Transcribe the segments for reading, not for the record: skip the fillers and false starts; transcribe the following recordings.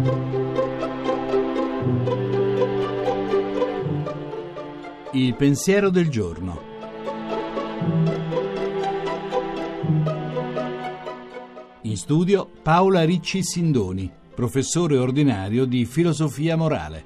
Il pensiero del giorno. In studio Paola Ricci Sindoni, professore ordinario di filosofia morale.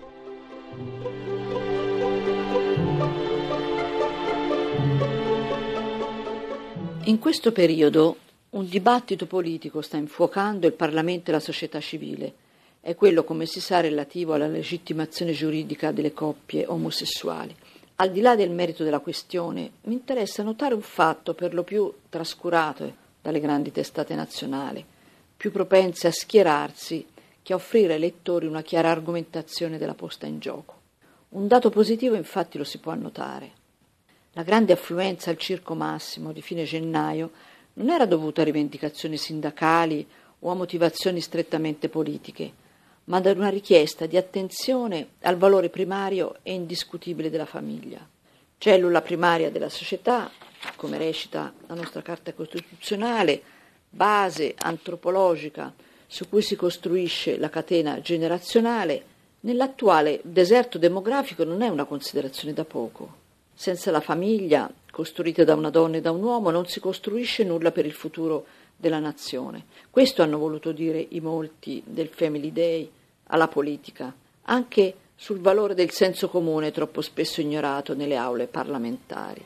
In questo periodo un dibattito politico sta infuocando il Parlamento e la società civile. È quello, come si sa, relativo alla legittimazione giuridica delle coppie omosessuali. Al di là del merito della questione, mi interessa notare un fatto per lo più trascurato dalle grandi testate nazionali, più propense a schierarsi che a offrire ai lettori una chiara argomentazione della posta in gioco. Un dato positivo infatti lo si può annotare. La grande affluenza al Circo Massimo di fine gennaio non era dovuta a rivendicazioni sindacali o a motivazioni strettamente politiche, ma da una richiesta di attenzione al valore primario e indiscutibile della famiglia, cellula primaria della società, come recita la nostra Carta Costituzionale, base antropologica su cui si costruisce la catena generazionale. Nell'attuale deserto demografico non è una considerazione da poco. Senza la famiglia, costruita da una donna e da un uomo, non si costruisce nulla per il futuro della nazione. Questo hanno voluto dire i molti del Family Day alla politica, anche sul valore del senso comune troppo spesso ignorato nelle aule parlamentari.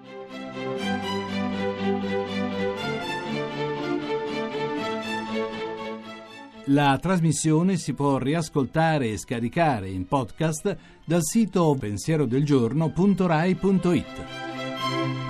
La trasmissione si può riascoltare e scaricare in podcast dal sito pensierodelgiorno.rai.it.